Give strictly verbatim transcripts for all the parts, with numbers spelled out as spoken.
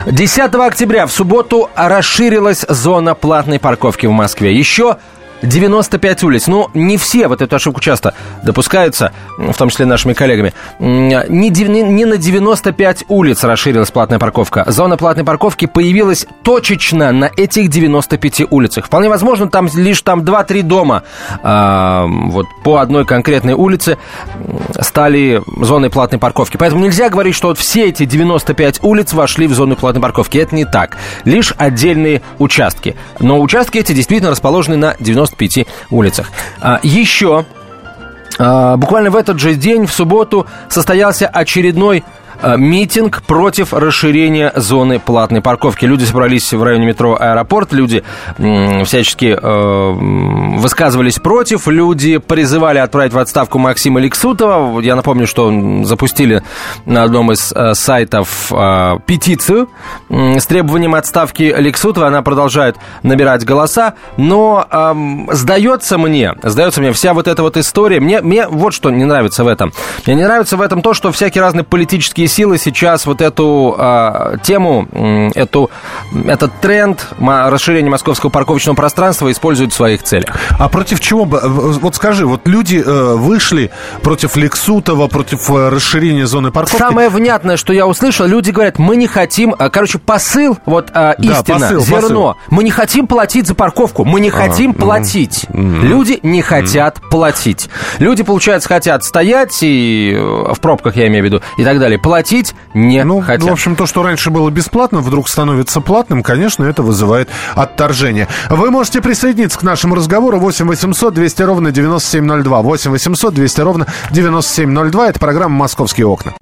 десятого октября в субботу расширилась зона платной парковки в Москве. Еще девяносто пять улиц. Ну, не все, вот эту ошибку часто допускаются, в том числе нашими коллегами. Не, не, не на девяносто пять улиц расширилась платная парковка. Зона платной парковки появилась точечно на этих девяноста пяти улицах. Вполне возможно, там лишь там два-три дома а, вот по одной конкретной улице стали зоной платной парковки. Поэтому нельзя говорить, что вот все эти девяносто пять улиц вошли в зону платной парковки. Это не так. Лишь отдельные участки. Но участки эти действительно расположены на девяноста пяти улицах. А, еще а, буквально в этот же день, в субботу, состоялся очередной а, митинг против расширения зоны платной парковки. Люди собрались в районе метро «Аэропорт», люди м, всячески э, высказывались против, люди призывали отправить в отставку Максима Ликсутова. Я напомню, что запустили на одном из э, сайтов э, петицию э, с требованием отставки Ликсутова. Она продолжает набирать голоса, но э, сдается мне, сдается мне вся вот эта вот история. Мне, мне вот что не нравится в этом. Мне не нравится в этом то, что всякие разные политические силы сейчас вот эту э, тему, э, эту, этот тренд расширения московского парковочного пространства используют в своих целях. А против чего бы? Вот скажи, вот люди э, вышли против Ликсутова, против э, расширения зоны парковки. Самое внятное, что я услышал, люди говорят, мы не хотим, э, короче, посыл, вот э, истина, да, посыл, зерно, посыл. Мы не хотим платить за парковку, мы не а, хотим ну, платить. Mm-hmm. Люди не хотят mm-hmm. платить. Люди, получается, хотят стоять, и в пробках, я имею в виду, и так далее, платить не ну, хотят. В общем, то, что раньше было бесплатно, вдруг становится платным, конечно, это вызывает отторжение. Вы можете присоединиться к нашему разговору. Восемь восемьсот двести ровно девяносто семь ноль два. восемь восемьсот двести ровно девяносто семь ноль два. Это программа «Московские окна».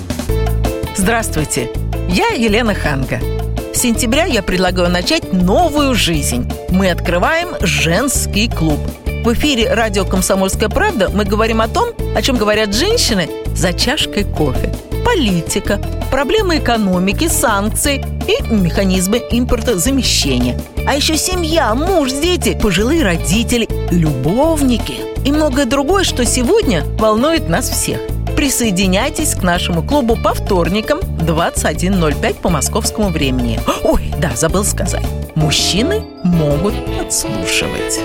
Здравствуйте, я Елена Ханга. С сентября я предлагаю начать новую жизнь. Мы открываем женский клуб. В эфире радио «Комсомольская правда» мы говорим о том, о чем говорят женщины за чашкой кофе. Политика, проблемы экономики, санкции и механизмы импортозамещения. А еще семья, муж, дети, пожилые родители, любовники и многое другое, что сегодня волнует нас всех. Присоединяйтесь к нашему клубу по вторникам двадцать один ноль пять по московскому времени. Ой, да, забыл сказать. Мужчины могут подслушивать.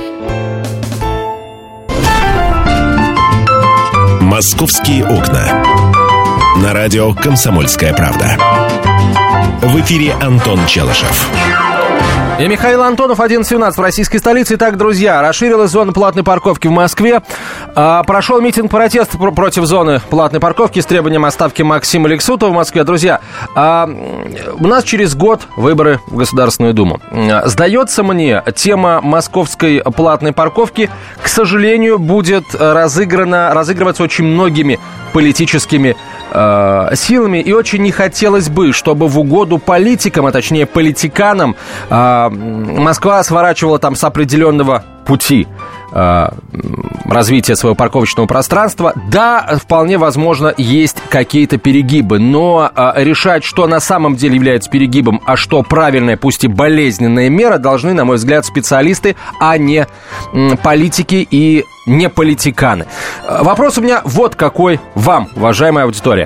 «Московские окна». На радио «Комсомольская правда». В эфире Антон Челышев. И Михаил Антонов, одиннадцать семнадцать в российской столице. Итак, друзья, расширилась зона платной парковки в Москве. А, прошел митинг протеста пр- против зоны платной парковки с требованием отставки Максима Ликсутова в Москве. Друзья, а, у нас через год выборы в Государственную Думу. А, сдается мне, тема московской платной парковки, к сожалению, будет разыграна, разыгрываться очень многими политическими э, силами. И очень не хотелось бы, чтобы в угоду политикам, а точнее политиканам, э, Москва сворачивала там с определенного пути э, развития своего парковочного пространства. Да, вполне возможно, есть какие-то перегибы, но э, решать, что на самом деле является перегибом, а что правильная, пусть и болезненная мера, должны, на мой взгляд, специалисты, а не э, политики и не политиканы. Вопрос у меня вот какой вам, уважаемая аудитория.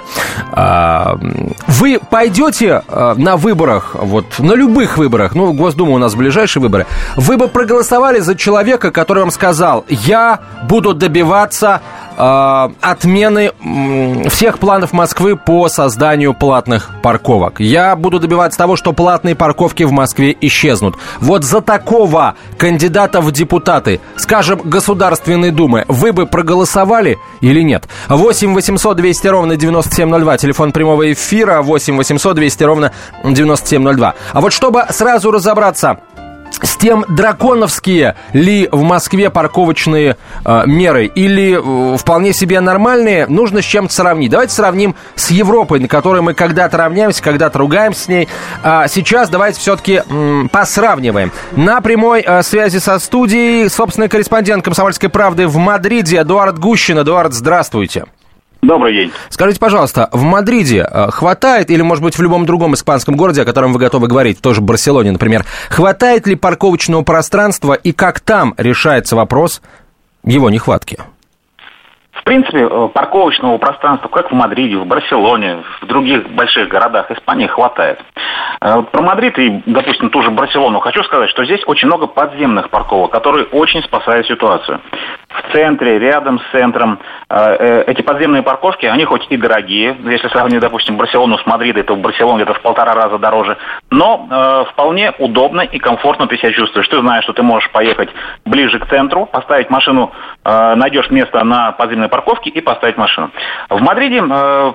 Вы пойдете на выборах, вот на любых выборах, ну, Госдума у нас ближайшие выборы, вы бы проголосовали за человека, который вам сказал: я буду добиваться э, отмены э, всех планов Москвы по созданию платных парковок. Я буду добиваться того, что платные парковки в Москве исчезнут. Вот за такого кандидата в депутаты, скажем, Государственной Думы, вы бы проголосовали или нет? восемь восемьсот двести ровно девяносто семь ноль два, телефон прямого эфира, восемь восемьсот двести ровно девяносто семь ноль два. А вот чтобы сразу разобраться с тем, драконовские ли в Москве парковочные э, меры или э, вполне себе нормальные, нужно с чем-то сравнить. Давайте сравним с Европой, на которой мы когда-то равняемся, когда-то ругаемся с ней. А сейчас давайте все-таки м, посравниваем. На прямой э, связи со студией собственный корреспондент «Комсомольской правды» в Мадриде Эдуард Гущин. Эдуард, здравствуйте. Добрый день. Скажите, пожалуйста, в Мадриде хватает, или, может быть, в любом другом испанском городе, о котором вы готовы говорить, тоже в Барселоне, например, хватает ли парковочного пространства и как там решается вопрос его нехватки? В принципе, парковочного пространства, как в Мадриде, в Барселоне, в других больших городах Испании хватает. Про Мадрид и, допустим, ту же Барселону хочу сказать, что здесь очень много подземных парковок, которые очень спасают ситуацию. В центре, рядом с центром, эти подземные парковки, они хоть и дорогие, если сравнить, допустим, Барселону с Мадридом, то в Барселоне это в полтора раза дороже, но э, вполне удобно и комфортно ты себя чувствуешь. Ты знаешь, что ты можешь поехать ближе к центру, поставить машину, э, найдешь место на подземной парковке и поставить машину. В Мадриде э,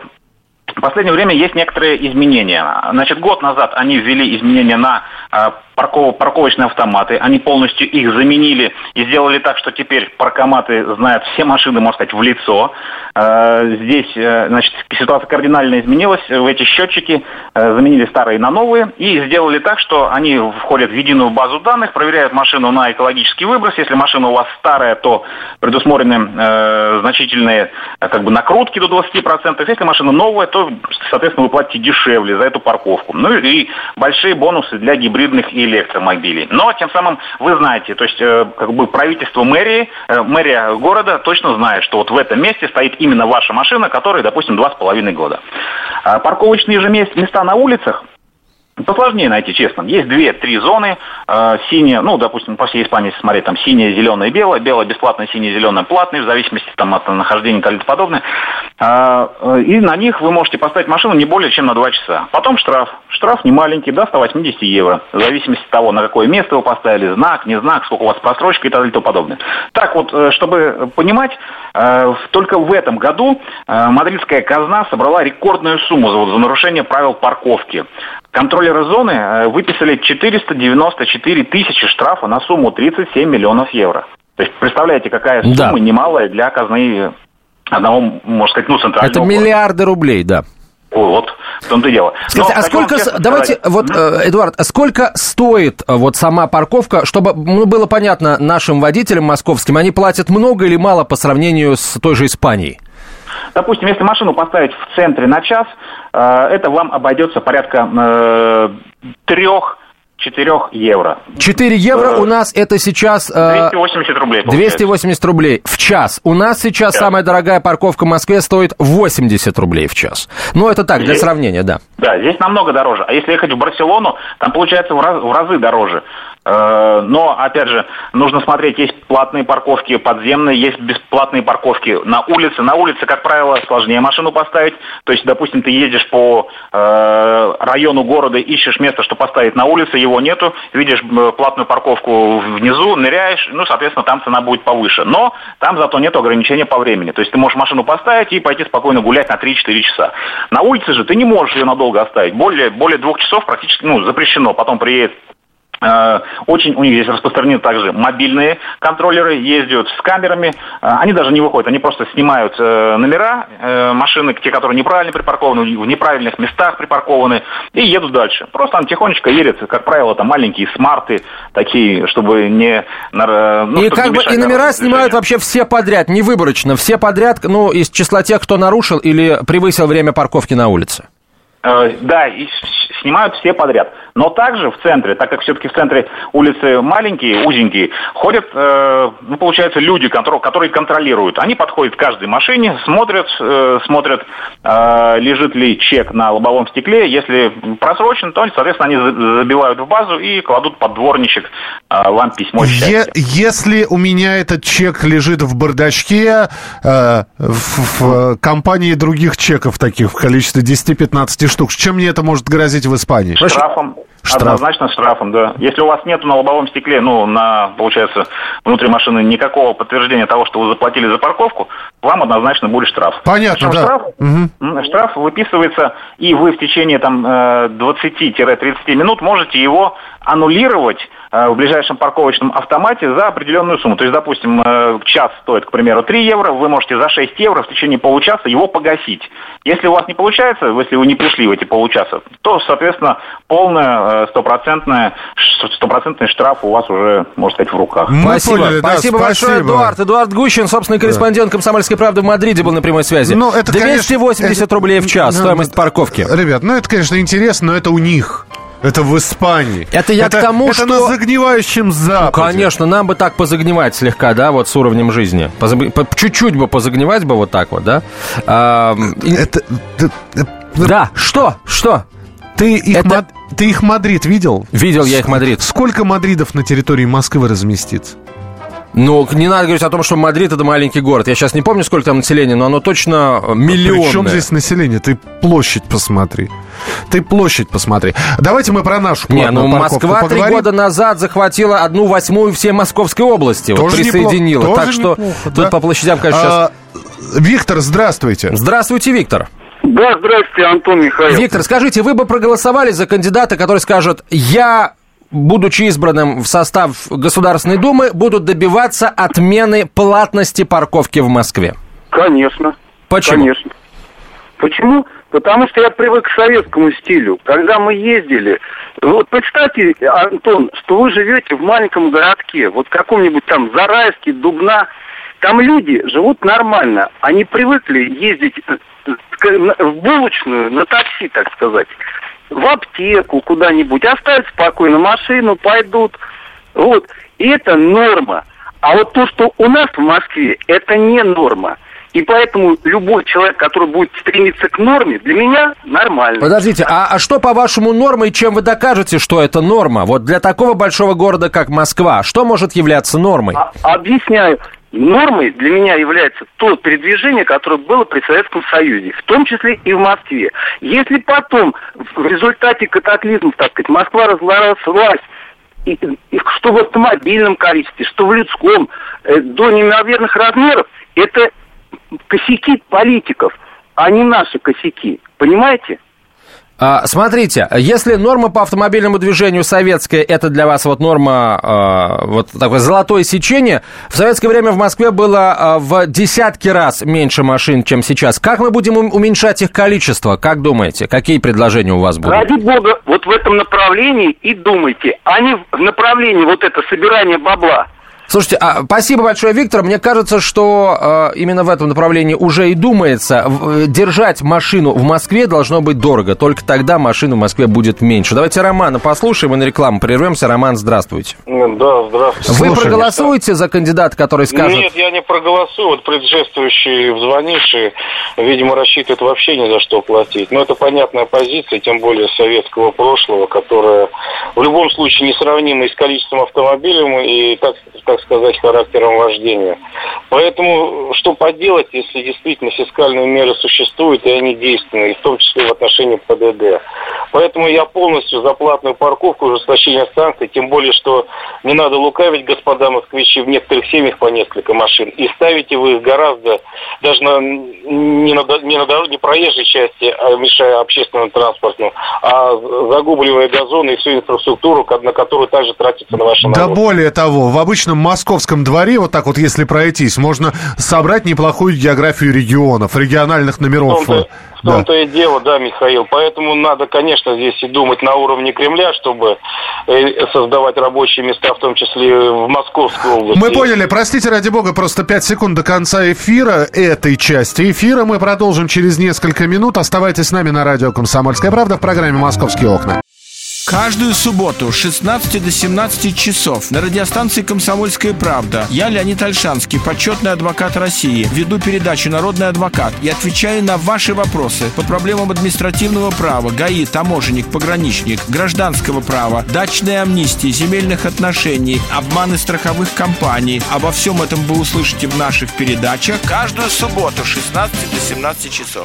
в последнее время есть некоторые изменения. Значит, год назад они ввели изменения на э, парков, парковочные автоматы. Они полностью их заменили и сделали так, что теперь паркоматы знают все машины, можно сказать, в лицо. Э, здесь, э, значит, ситуация кардинально изменилась. В эти счетчики э, заменили старые на новые и сделали так, что они входят в единую базу данных, проверяют машину на экологический выброс. Если машина у вас старая, то предусмотрены э, значительные э, как бы накрутки до двадцать процентов. Если машина новая, то, соответственно, вы платите дешевле за эту парковку. Ну и большие бонусы для гибридных и электромобилей. Но тем самым вы знаете, то есть э, как бы правительство мэрии, э, мэрия города точно знает, что вот в этом месте стоит именно ваша машина, которой, допустим, два с половиной года. А парковочные же места на улицах посложнее найти, честно. Есть две-три зоны, э, синяя, ну, допустим, по всей Испании, смотреть, там, синяя, зеленая, белая, белая бесплатная, синяя, зеленая, платная, в зависимости там, от нахождения и тому подобное. Э, э, и на них вы можете поставить машину не более чем на два часа. Потом штраф. Штраф не маленький, до ста восьмидесяти евро, в зависимости от того, на какое место вы поставили, знак, не знак, сколько у вас просрочка и так далее и тому подобное. Так вот, э, чтобы понимать, э, только в этом году э, мадридская казна собрала рекордную сумму за, вот, за нарушение правил парковки. Контроллеры зоны выписали четыреста девяносто четыре тысячи штрафа на сумму тридцать семь миллионов евро. То есть, представляете, какая сумма да. немалая для казны одного, можно сказать, ну, центрального. Это миллиарды рублей, да. Ой, вот, в том-то и дело. Скажите, а сколько, давайте, сказать... вот, Эдуард, а сколько стоит вот сама парковка, чтобы ну, было понятно нашим водителям московским, они платят много или мало по сравнению с той же Испанией? Допустим, если машину поставить в центре на час, это вам обойдется порядка трех-четырех евро. четыре евро у нас это сейчас... двести восемьдесят рублей. Получается. двести восемьдесят рублей в час. У нас сейчас да. самая дорогая парковка в Москве стоит восемьдесят рублей в час. Ну, это так, для здесь, сравнения, да. Да, здесь намного дороже. А если ехать в Барселону, там получается в, раз, в разы дороже. Но, опять же, нужно смотреть, есть платные парковки подземные, есть бесплатные парковки на улице. На улице, как правило, сложнее машину поставить. То есть, допустим, ты едешь по э, району города, ищешь место, что поставить на улице, его нету, видишь платную парковку внизу, ныряешь, ну, соответственно, там цена будет повыше. Но там зато нет ограничения по времени. То есть, ты можешь машину поставить и пойти спокойно гулять на три-четыре часа. На улице же ты не можешь ее надолго оставить. Более, более двух часов практически, ну, запрещено. Потом приедет очень у них здесь распространены также мобильные контроллеры, ездят с камерами, они даже не выходят, они просто снимают номера машины, те, которые неправильно припаркованы, в неправильных местах припаркованы, и едут дальше. Просто они тихонечко едут, как правило, там маленькие смарты, такие, чтобы не... Ну, и как бы и номера снимают вообще все подряд, не выборочно, все подряд, ну, из числа тех, кто нарушил или превысил время парковки на улице. Да, и снимают все подряд. Но также в центре, так как все-таки в центре улицы маленькие, узенькие, ходят, э, ну, получается, люди, которые контролируют. Они подходят к каждой машине, смотрят, э, смотрят, э, лежит ли чек на лобовом стекле. Если просрочен, то, соответственно, они забивают в базу и кладут под дворничек э, вам письмо счастья. Если у меня этот чек лежит в бардачке, э, в, в компании других чеков таких в количестве десять-пятнадцать штук, чем мне это может грозить в Испании? Штрафом. Штраф. Однозначно штрафом, да. Если у вас нету на лобовом стекле, ну, на, получается, внутри машины никакого подтверждения того, что вы заплатили за парковку, вам однозначно будет штраф. Понятно, Причем да. Штраф, угу. штраф выписывается, и вы в течение там двадцать-тридцать минут можете его аннулировать в ближайшем парковочном автомате за определенную сумму. То есть, допустим, час стоит, к примеру, три евро, вы можете за шесть евро в течение получаса его погасить. Если у вас не получается, если вы не пришли в эти полчаса, то, соответственно, полная стопроцентная, стопроцентный штраф у вас уже, можно сказать, в руках. Мы спасибо. Поняли, да, спасибо, спасибо большое, Эдуард. Эдуард Гущин, собственный корреспондент да. «Комсомольской правды» в Мадриде, был на прямой связи. Ну, это, двести восемьдесят конечно, рублей в час, это, стоимость парковки. Ребят, ну это, конечно, интересно, но это у них. Это в Испании. Это я это, к тому, это что... на загнивающем Западе. Ну, конечно, нам бы так позагнивать слегка, да, вот с уровнем жизни. Позаг... По... Чуть-чуть бы позагнивать бы вот так вот, да. А... Это... Да, что? Что? Ты их, это... Мад... Ты их Мадрид видел? Видел я их Мадрид. Сколько Мадридов на территории Москвы разместится? Ну, не надо говорить о том, что Мадрид — это маленький город. Я сейчас не помню, сколько там населения, но оно точно миллионное. Причем здесь население? Ты площадь посмотри. Ты площадь посмотри. Давайте мы про нашу платную Не, ну парковку Москва поговорим. три года назад захватила одну восьмую всей Московской области. Вот присоединила. Неплохо, так что неплохо, тут да? по площадям, конечно, а, сейчас... Виктор, здравствуйте. Здравствуйте, Виктор. Да, здравствуйте, Антон Михайлович. Виктор, скажите, вы бы проголосовали за кандидата, который скажет: я, будучи избранным в состав Государственной Думы, буду добиваться отмены платности парковки в Москве? Конечно. Почему? Конечно. Почему? Потому что я привык к советскому стилю. Когда мы ездили... Вот представьте, Антон, что вы живете в маленьком городке, вот в каком-нибудь там Зарайске, Дубна. Там люди живут нормально. Они привыкли ездить в булочную, на такси, так сказать, в аптеку куда-нибудь, оставить спокойно машину, пойдут. Вот. И это норма. А вот то, что у нас в Москве, это не норма. И поэтому любой человек, который будет стремиться к норме, для меня нормально. Подождите, а, а что, по-вашему, норма, и чем вы докажете, что это норма? Вот для такого большого города, как Москва, что может являться нормой? А, объясняю. Нормой для меня является то передвижение, которое было при Советском Союзе, в том числе и в Москве. Если потом в результате катаклизмов, так сказать, Москва разрослась, и, и что в автомобильном количестве, что в людском, э, до неимоверных размеров, это косяки политиков, а не наши косяки. Понимаете? А, смотрите, если норма по автомобильному движению советская, это для вас вот норма, а, вот такое золотое сечение, в советское время в Москве было а, в десятки раз меньше машин, чем сейчас. Как мы будем уменьшать их количество? Как думаете? Какие предложения у вас будут? Ради бога, вот в этом направлении и думайте, а не в направлении вот это собирания бабла. Слушайте, а, спасибо большое, Виктор. Мне кажется, что э, именно в этом направлении уже и думается. В, держать машину в Москве должно быть дорого. Только тогда машин в Москве будет меньше. Давайте Романа послушаем и на рекламу прервемся. Роман, здравствуйте. Да, здравствуйте. Вы Слушаем. проголосуете за кандидата, который скажет... Нет, я не проголосую. Вот предшествующий звонивший, видимо, рассчитывает вообще ни за что платить. Но это понятная позиция, тем более советского прошлого, которая в любом случае несравнима и с количеством автомобилей, и, так, так сказать, характером вождения. Поэтому что поделать, если действительно фискальные меры существуют, и они действенны, и в том числе в отношении ПДД. Поэтому я полностью за платную парковку, ужесточение санкций, тем более, что не надо лукавить, господа москвичи, в некоторых семьях по несколько машин, и ставите вы их гораздо, даже на, не, на, не на дорожной, не проезжей части, а мешая общественному транспорту, а загубливая газоны и всю инфраструктуру, на которую также тратится на ваши налоги. Да более того, в обычном московском дворе, вот так вот, если пройтись, можно собрать неплохую географию регионов, региональных номеров. В том-то, в том-то и дело, да, Михаил. Поэтому надо, конечно, здесь и думать на уровне Кремля, чтобы создавать рабочие места, в том числе в Московской области. Мы поняли. Простите, ради бога, просто пять секунд до конца эфира, этой части эфира. Мы продолжим через несколько минут. Оставайтесь с нами на радио «Комсомольская правда» в программе «Московские окна». Каждую субботу с шестнадцати до семнадцати часов на радиостанции «Комсомольская правда» я, Леонид Ольшанский, почетный адвокат России, веду передачу «Народный адвокат» и отвечаю на ваши вопросы по проблемам административного права, ГАИ, таможенник, пограничник, гражданского права, дачной амнистии, земельных отношений, обманы страховых компаний. Обо всем этом вы услышите в наших передачах каждую субботу с шестнадцати до семнадцати часов.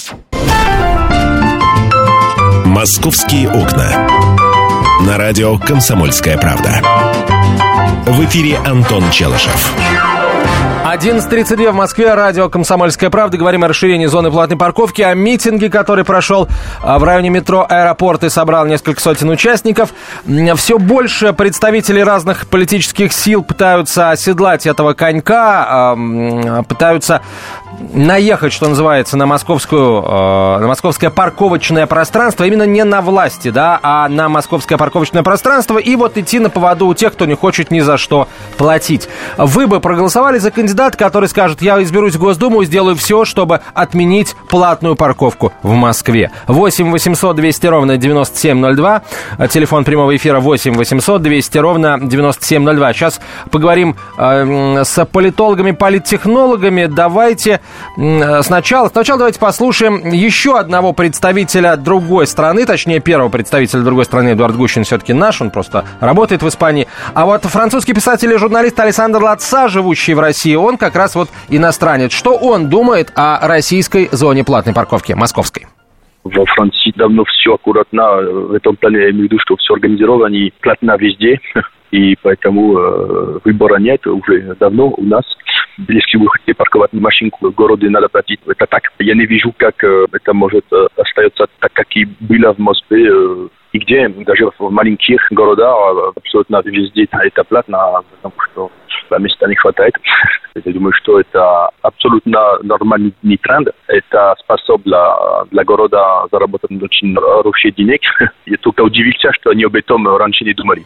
«Московские окна». На радио «Комсомольская правда». В эфире Антон Челышев. одиннадцать тридцать два в Москве, радио «Комсомольская правда». Говорим о расширении зоны платной парковки, о митинге, который прошел в районе метро «Аэропорт» и собрал несколько сотен участников. Все больше представителей разных политических сил пытаются оседлать этого конька, пытаются наехать, что называется, на московскую, э, на московское парковочное пространство, именно не на власти, да, а на московское парковочное пространство, и вот идти на поводу у тех, кто не хочет ни за что платить. Вы бы проголосовали за кандидата, который скажет: я изберусь в Госдуму и сделаю все, чтобы отменить платную парковку в Москве? восемь восемьсот двести ровно девяносто семь ноль два, телефон прямого эфира восемь восемьсот двести ровно девяносто семь ноль два. Сейчас поговорим э, с политологами, политтехнологами. Давайте э, сначала, сначала давайте послушаем еще одного представителя другой страны, точнее первого представителя другой страны. Эдуард Гущин все-таки наш, он просто работает в Испании. А вот французский писатель и журналист Александр Латца, живущий в России, он как раз вот иностранец. Что он думает о российской зоне платной парковки, московской? Во Франции давно все аккуратно, в этом плане я имею в виду, что все организовано и платно везде, и поэтому э, выбора нет уже давно у нас. Если вы хотите парковать машинку в городе, надо платить. Это так. Я не вижу, как э, это может э, остаться так, как и было в Москве, э, и где, даже в маленьких городах, абсолютно везде это платно, потому что места не хватает. Я думаю, что это абсолютно нормальный тренд. Это способ для, для города заработать очень хорошие денег. Я только удивился, что они об этом раньше не думали.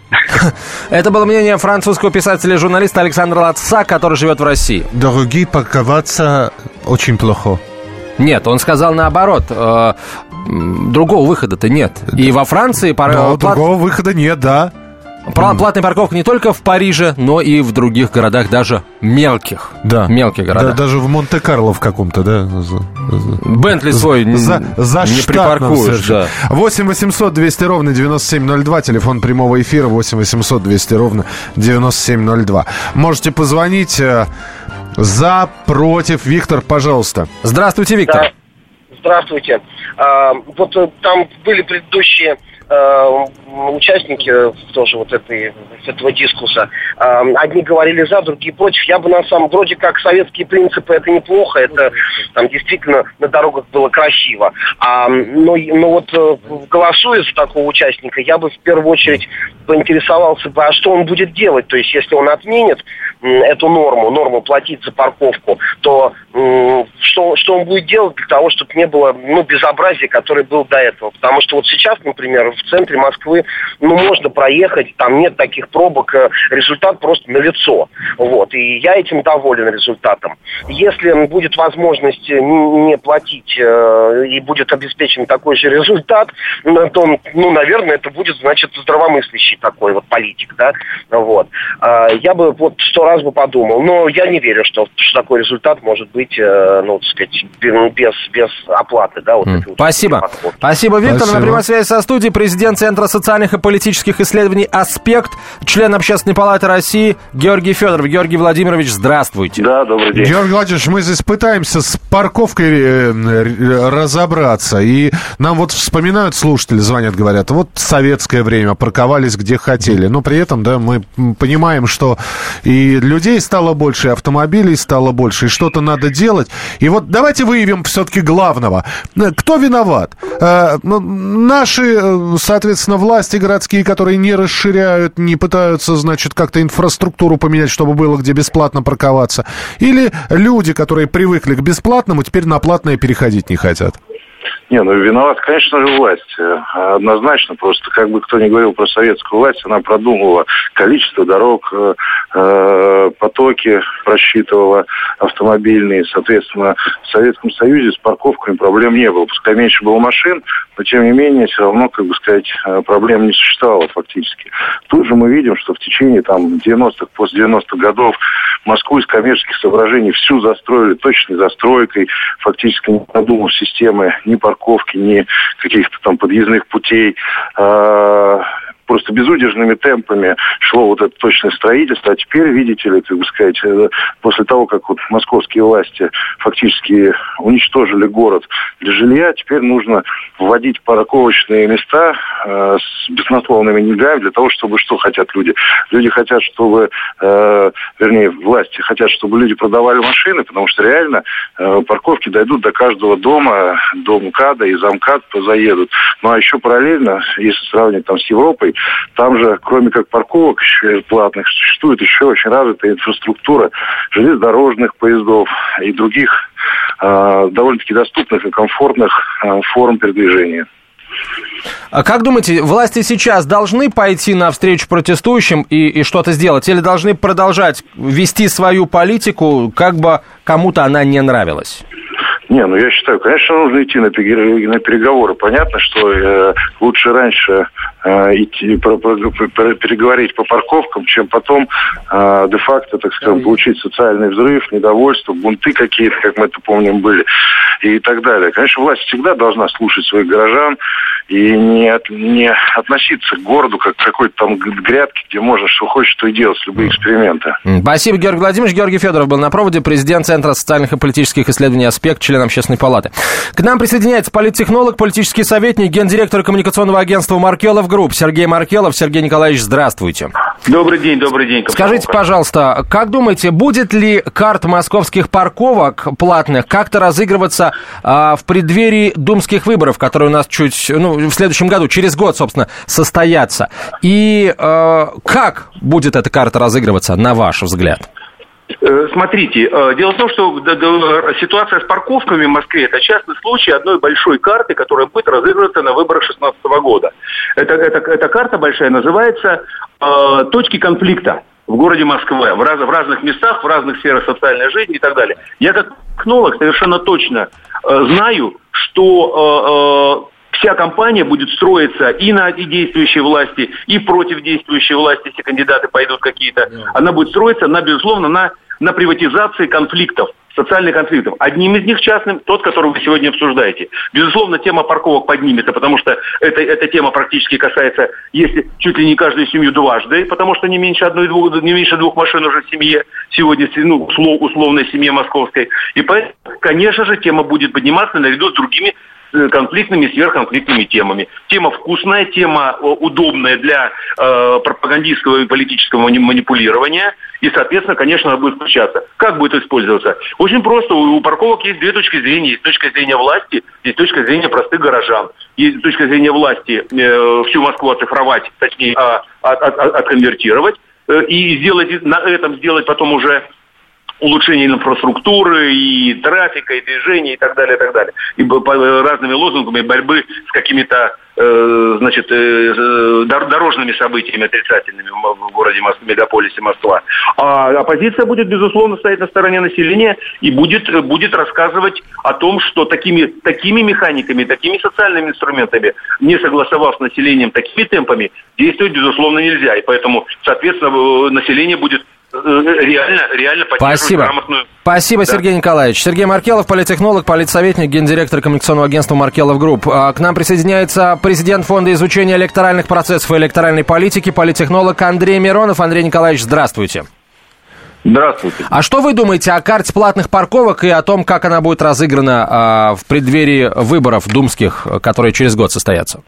Это было мнение французского писателя и журналиста Александра Латца, который живет в России. Дороги парковаться очень плохо. Нет, он сказал наоборот. Э, другого выхода-то нет. И во Франции... Пар... Но плат... другого выхода нет, да. Платная парковка не только в Париже, но и в других городах, даже мелких. Да. Мелких городах. Да, даже в Монте-Карло в каком-то, да. Бентли свой за, за не припаркуешь. Да. восемь восемьсот двести ровно девяносто семь ноль два, телефон прямого эфира восемь восемьсот двести ровно девяносто семь ноль два. Можете позвонить э, за, против. Виктор, пожалуйста. Здравствуйте, Виктор. Да. Здравствуйте. А, вот там были предыдущие участники тоже вот этой, этого дискурса. Одни говорили за, другие против. Я бы на самом вроде как советские принципы это неплохо, это там действительно на дорогах было красиво. А, но, но вот голосуя за такого участника, я бы в первую очередь поинтересовался бы, а что он будет делать? То есть если он отменит эту норму, норму платить за парковку, то что, что он будет делать для того, чтобы не было ну, безобразия, которое было до этого? Потому что вот сейчас, например, в центре Москвы, ну, можно проехать, там нет таких пробок, результат просто налицо. Вот, и я этим доволен результатом. Если будет возможность не платить и будет обеспечен такой же результат, то, ну, наверное, это будет, значит, здравомыслящий такой вот политик, да, вот. Я бы вот сто раз бы подумал, но я не верю, что, что такой результат может быть, ну, так сказать, без, без оплаты, да, вот. Mm. Спасибо. Спасибо, Виктор. Спасибо. На прямой связи со студией президент Центра социальных и политических исследований «Аспект», член Общественной палаты России Георгий Федоров. Георгий Владимирович, здравствуйте. Да, добрый день. Георгий Владимирович, мы здесь пытаемся с парковкой разобраться. И нам вот вспоминают слушатели, звонят, говорят, вот советское время, парковались где хотели. Но при этом, да, мы понимаем, что и людей стало больше, и автомобилей стало больше, и что-то надо делать. И вот давайте выявим все-таки главного. Кто виноват? Наши, соответственно, власти городские, которые не расширяют, не пытаются, значит, как-то инфраструктуру поменять, чтобы было где бесплатно парковаться. Или люди, которые привыкли к бесплатному, теперь на платное переходить не хотят? Не, ну виноват, конечно же, власть. Однозначно, просто как бы кто ни говорил про советскую власть, она продумывала количество дорог, э, потоки просчитывала автомобильные. Соответственно, в Советском Союзе с парковками проблем не было. Пускай меньше было машин, но тем не менее, все равно, как бы сказать, проблем не существовало фактически. Тут же мы видим, что в течение там девяностых, после девяностых годов Москву из коммерческих соображений всю застроили точной застройкой, фактически не продумав системы ни парковки, ни каких-то там подъездных путей. Просто безудержными темпами шло вот это точное строительство. А теперь, видите ли, как бы сказать, после того, как вот московские власти фактически уничтожили город для жилья, теперь нужно вводить парковочные места э, с баснословными деньгами для того, чтобы что хотят люди? Люди хотят, чтобы, э, вернее, власти хотят, чтобы люди продавали машины, потому что реально э, парковки дойдут до каждого дома, до МКАДа и замкад заедут. Ну а еще параллельно, если сравнивать там с Европой, там же, кроме как парковок платных, существует еще очень развитая инфраструктура железнодорожных поездов и других э, довольно-таки доступных и комфортных э, форм передвижения. А как думаете, власти сейчас должны пойти навстречу протестующим и, и что-то сделать? Или должны продолжать вести свою политику, как бы кому-то она не нравилась? Не, ну я считаю, конечно, нужно идти на переговоры. Понятно, что э, лучше раньше э, идти про, про, про, переговорить по парковкам, чем потом э, де-факто, так скажем, получить социальный взрыв, недовольство, бунты какие-то, как мы это помним, были, и так далее. Конечно, власть всегда должна слушать своих горожан и не, от, не относиться к городу как к какой-то там грядке, где можно что хочешь, то и делать, любые эксперименты. Спасибо, Георгий Владимирович. Георгий Федоров был на проводе, президент Центра социальных и политических исследований «Аспект», член Общественной палаты. К нам присоединяется политтехнолог, политический советник, гендиректор коммуникационного агентства «Маркелов Групп» Сергей Маркелов. Сергей Николаевич, здравствуйте. Добрый день, добрый день. Скажите, пожалуйста, как думаете, будет ли карта московских парковок платных как-то разыгрываться а, в преддверии думских выборов, которые у нас чуть, ну, в следующем году, через год, собственно, состоятся? И а, как будет эта карта разыгрываться, на ваш взгляд? Смотрите, дело в том, что ситуация с парковками в Москве – это частный случай одной большой карты, которая будет разыгрываться на выборах две тысячи шестнадцатого года. Это, это, эта карта большая называется э, «Точки конфликта» в городе Москва, в, раз, в разных местах, в разных сферах социальной жизни и так далее. Я как технолог совершенно точно э, знаю, что… Э, э, Вся кампания будет строиться и на и действующей власти, и против действующей власти, если кандидаты пойдут какие-то. Она будет строиться, на, безусловно, на, на приватизации конфликтов, социальных конфликтов. Одним из них частным, тот, который вы сегодня обсуждаете. Безусловно, тема парковок поднимется, потому что это, эта тема практически касается, если чуть ли не каждую семью дважды, потому что не меньше одной, двух, не меньше двух машин уже в семье, сегодня, ну, услов, условной семье московской. И поэтому, конечно же, тема будет подниматься наряду с другими конфликтными, сверхконфликтными темами. Тема вкусная, тема удобная для э, пропагандистского и политического манипулирования. И, соответственно, конечно, она будет включаться. Как будет использоваться? Очень просто. У парковок есть две точки зрения. Есть точка зрения власти, есть точка зрения простых горожан. Есть точка зрения власти э, всю Москву оцифровать, точнее, а, от, от, от, отконвертировать. Э, и сделать, на этом сделать потом уже улучшение инфраструктуры, и трафика, и движения, и так далее, и так далее. И по разными лозунгами борьбы с какими-то, э, значит, э, дорожными событиями отрицательными в городе, в мегаполисе Москва. А оппозиция будет, безусловно, стоять на стороне населения и будет, будет рассказывать о том, что такими, такими механиками, такими социальными инструментами, не согласовав с населением такими темпами, действовать, безусловно, нельзя. И поэтому, соответственно, население будет реально, реально поддерживать Спасибо. грамотную... Спасибо, да. Сергей Николаевич. Сергей Маркелов, политтехнолог, политсоветник, гендиректор коммуникационного агентства «Маркелов Групп». К нам присоединяется президент Фонда изучения электоральных процессов и электоральной политики, политтехнолог Андрей Миронов. Андрей Николаевич, здравствуйте. Здравствуйте. А что вы думаете о карте платных парковок и о том, как она будет разыграна а, в преддверии выборов думских, которые через год состоятся?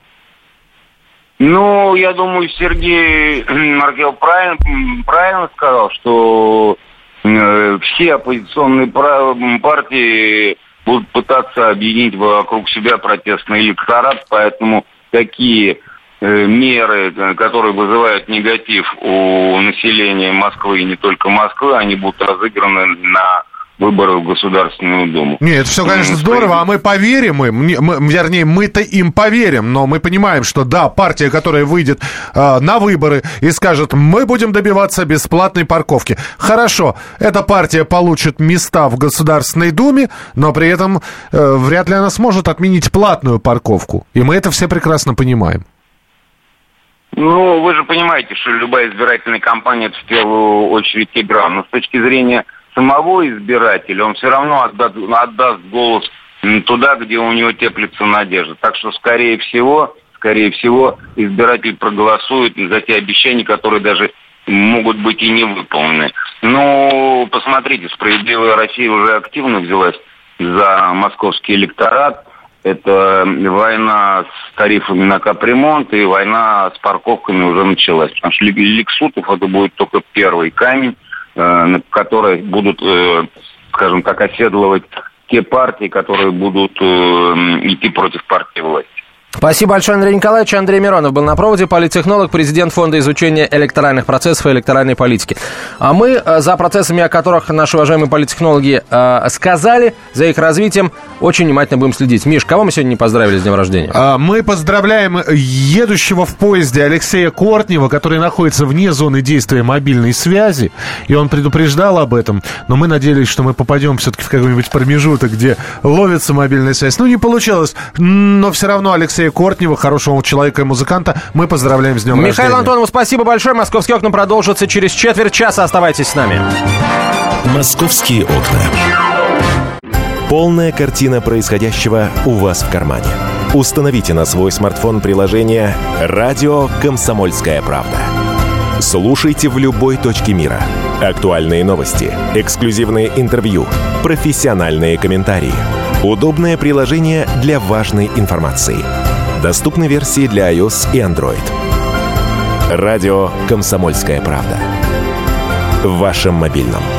Ну, я думаю, Сергей Маркелов правильно, правильно сказал, что э, все оппозиционные партии будут пытаться объединить вокруг себя протестный электорат, поэтому такие э, меры, которые вызывают негатив у населения Москвы и не только Москвы, они будут разыграны на выборы в Государственную Думу. Нет, это все, конечно, здорово, а мы поверим им, мы, вернее, мы-то им поверим, но мы понимаем, что да, партия, которая выйдет э, на выборы и скажет, мы будем добиваться бесплатной парковки. Хорошо, эта партия получит места в Государственной Думе, но при этом э, вряд ли она сможет отменить платную парковку. И мы это все прекрасно понимаем. Ну, вы же понимаете, что любая избирательная кампания – это в первую очередь игра. Но с точки зрения самого избирателя, он все равно отдаст, отдаст голос туда, где у него теплится надежда. Так что, скорее всего, скорее всего, избиратель проголосует за те обещания, которые даже могут быть и не выполнены. Ну, посмотрите, «Справедливая Россия» уже активно взялась за московский электорат. Это война с тарифами на капремонт и война с парковками уже началась. Потому что Лексутов это будет только первый камень, на которые будут, скажем так, оседлывать те партии, которые будут идти против партии власти. Спасибо большое, Андрей Николаевич. Андрей Миронов был на проводе, политтехнолог, президент Фонда изучения электоральных процессов и электоральной политики. А мы за процессами, о которых наши уважаемые политтехнологи э, сказали, за их развитием очень внимательно будем следить. Миш, кого мы сегодня не поздравили с днем рождения? А, мы поздравляем едущего в поезде Алексея Кортнева, который находится вне зоны действия мобильной связи, и он предупреждал об этом, но мы надеялись, что мы попадем все-таки в какой-нибудь промежуток, где ловится мобильная связь. Ну, не получилось, но все равно Алексея Кортнева, хорошего человека и музыканта, мы поздравляем с днем Михаил рождения. Михаил Антонов, спасибо большое. «Московские окна» продолжатся через четверть часа. Оставайтесь с нами. «Московские окна». Полная картина происходящего у вас в кармане. Установите на свой смартфон приложение «Радио Комсомольская правда». Слушайте в любой точке мира. Актуальные новости, эксклюзивные интервью, профессиональные комментарии. Удобное приложение для важной информации. Доступны версии для iOS и Android. Радио «Комсомольская правда». В вашем мобильном.